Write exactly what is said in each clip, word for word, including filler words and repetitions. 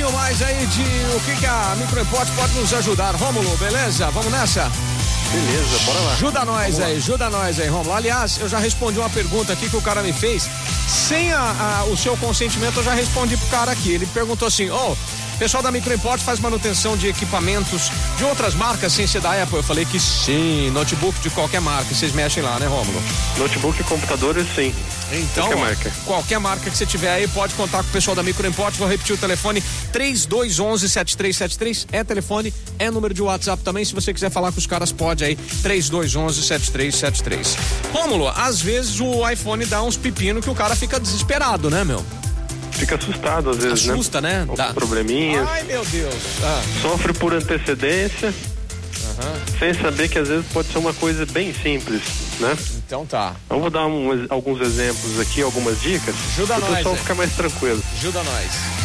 pouquinho mais aí de o que, que a Microimport pode nos ajudar. Rômulo, beleza? Vamos nessa? Beleza, bora lá. Ajuda nós aí, ajuda nós aí, Rômulo. Aliás, eu já respondi uma pergunta aqui que o cara me fez. Sem a, a, o seu consentimento, eu já respondi pro cara aqui. Ele perguntou assim, ô, oh, pessoal da Microimport faz manutenção de equipamentos de outras marcas sem ser da Apple? Eu falei que sim, notebook de qualquer marca, vocês mexem lá, né, Rômulo? Notebook e computadores, sim. Então, qualquer marca. Qualquer marca que você tiver aí, pode contar com o pessoal da Microimport. Vou repetir o telefone, três dois um um, sete três sete três, é telefone, é número de WhatsApp também, se você quiser falar com os caras, pode aí, três dois um um, sete três sete três. Rômulo, às vezes o iPhone dá uns pepinos que o cara fica desesperado, né, meu? Fica assustado às vezes, Assusta, né? né? Dá. Probleminhas. Ai, meu Deus. Ah. Sofre por antecedência, uhum. sem saber que às vezes pode ser uma coisa bem simples, né? Então tá. Eu vou dar um, alguns exemplos aqui, algumas dicas. Ajuda nós. Para o pessoal é. ficar mais tranquilo. Ajuda nós.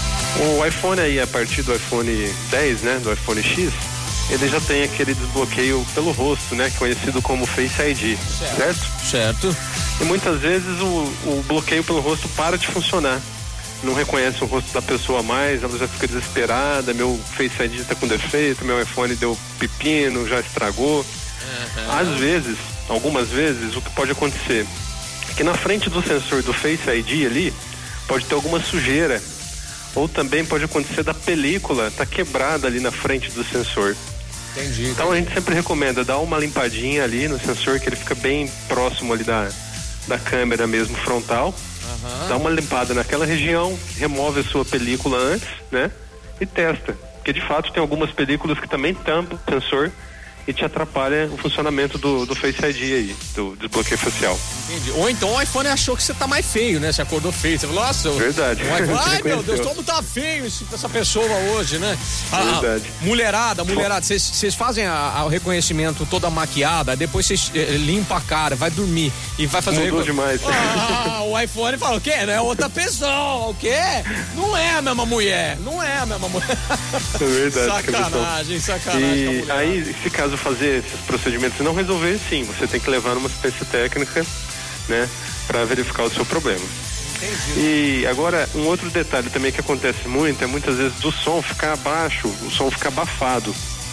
O iPhone aí, a partir do iPhone dez, né? Do iPhone X, ele já tem aquele desbloqueio pelo rosto, né? Conhecido como Face I D, certo? Certo. certo. E muitas vezes o, o bloqueio pelo rosto para de funcionar. Não reconhece o rosto da pessoa mais, ela já fica desesperada, meu Face I D está com defeito, meu iPhone deu pepino, já estragou. Uhum. Às vezes, algumas vezes, o que pode acontecer é que na frente do sensor do Face I D ali, pode ter alguma sujeira, ou também pode acontecer da película tá quebrada ali na frente do sensor. Entendi. Então a gente sempre recomenda dar uma limpadinha ali no sensor, que ele fica bem próximo ali da, da câmera mesmo frontal. Uhum. Dá uma limpada naquela região, remove a sua película antes, né? E testa. Porque de fato tem algumas películas que também tampam o sensor e te atrapalha o funcionamento do, do Face I D aí, do desbloqueio facial. Entendi. Ou então o iPhone achou que você tá mais feio, né? Você acordou feio, você falou, nossa, verdade. O iPhone, ai meu Deus, como tá feio esse, essa pessoa hoje, né? Ah, verdade. Mulherada, mulherada, vocês fazem a, a, o reconhecimento toda maquiada, depois vocês eh, limpa a cara, vai dormir e vai fazer... Mudou o demais. Ah, o iPhone fala, o quê? Não é outra pessoa, o quê? Não é a mesma mulher, não é a mesma mulher. É verdade. Sacanagem, sacanagem. E aí, se caso fazer esses procedimentos e não resolver, sim, você tem que levar numa assistência técnica, né, para verificar o seu problema. Entendi. E agora, um outro detalhe também que acontece muito é muitas vezes do som ficar baixo, o som ficar abafado.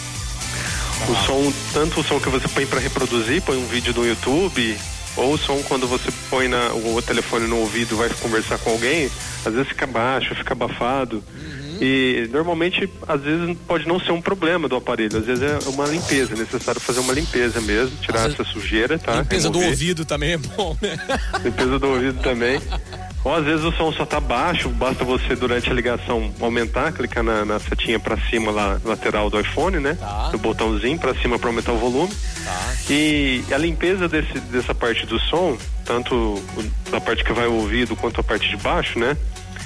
Ah. O som, tanto o som que você põe para reproduzir, põe um vídeo no YouTube, ou o som quando você põe na, o, o telefone no ouvido, vai conversar com alguém, às vezes fica baixo, fica abafado. E normalmente, às vezes, pode não ser um problema do aparelho, às vezes é uma limpeza, é necessário fazer uma limpeza mesmo, tirar essa sujeira, tá? Limpeza Remover. do ouvido também é bom, né? Limpeza do ouvido também. Ou às vezes o som só tá baixo, basta você durante a ligação aumentar, clicar na, na setinha pra cima lá, lateral do iPhone, né? Tá. No botãozinho pra cima pra aumentar o volume. Tá. E a limpeza desse, dessa parte do som, tanto da parte que vai o ouvido quanto a parte de baixo, né?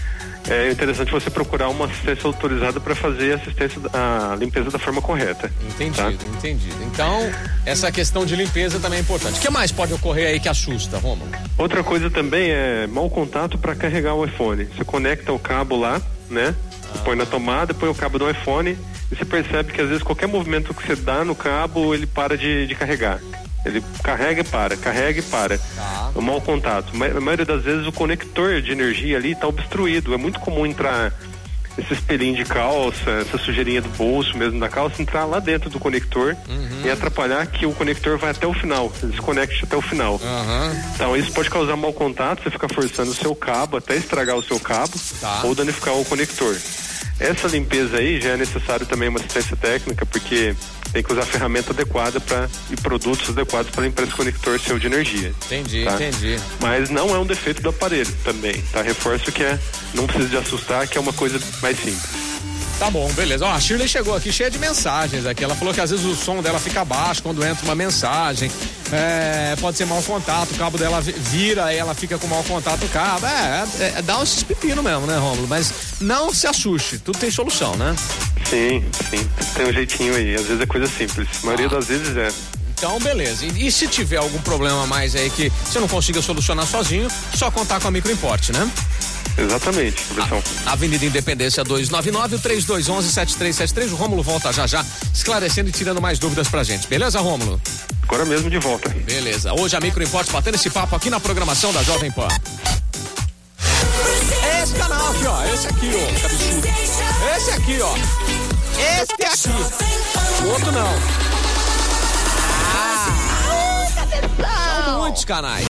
É interessante você procurar uma assistência autorizada para fazer a assistência, a limpeza da forma correta. Entendido, tá? entendido. Então, essa questão de limpeza também é importante. O que mais pode ocorrer aí que assusta, Rômulo? Outra coisa também é mau contato para carregar o iPhone. Você conecta o cabo lá, né? Ah. Põe na tomada, põe o cabo do iPhone e você percebe que às vezes qualquer movimento que você dá no cabo, ele para de, de carregar. Ele carrega e para, carrega e para. Tá. O mau contato. A maioria das vezes o conector de energia ali está obstruído. É muito comum entrar esse espelhinho de calça, essa sujeirinha do bolso mesmo da calça, entrar lá dentro do conector uhum. e atrapalhar que o conector vai até o final, desconecte até o final. Uhum. Então isso pode causar mau contato, você fica forçando o seu cabo até estragar o seu cabo tá. ou danificar o conector. Essa limpeza aí já é necessário também uma assistência técnica, porque tem que usar a ferramenta adequada pra, e produtos adequados para limpar esse conector seu de energia. Entendi, tá? entendi. Mas não é um defeito do aparelho também, tá? Reforço que é, não precisa de assustar, que é uma coisa mais simples. Tá bom, beleza. Ó, a Shirley chegou aqui cheia de mensagens aqui. Ela falou que às vezes o som dela fica baixo quando entra uma mensagem. É, pode ser mau contato, o cabo dela vira e ela fica com mau contato o cabo. É, é, é dá uns pepino mesmo, né, Rômulo? Mas não se assuste, tudo tem solução, né? Sim, sim. Tem um jeitinho aí. Às vezes é coisa simples. A maioria ah. das vezes é. Então, beleza. E, e se tiver algum problema mais aí que você não consiga solucionar sozinho, só contar com a Microimport, né? Exatamente, professor. Avenida Independência duzentos e noventa e nove, três dois um um, sete três sete três. O Rômulo volta já já, esclarecendo e tirando mais dúvidas pra gente. Beleza, Rômulo? Agora mesmo de volta. Beleza. Hoje a Microimport batendo esse papo aqui na programação da Jovem Pan. É esse canal aqui, ó. Esse aqui, ó, cabeçudo. Esse aqui, ó. Este aqui. O outro não. Ah! São muitos canais.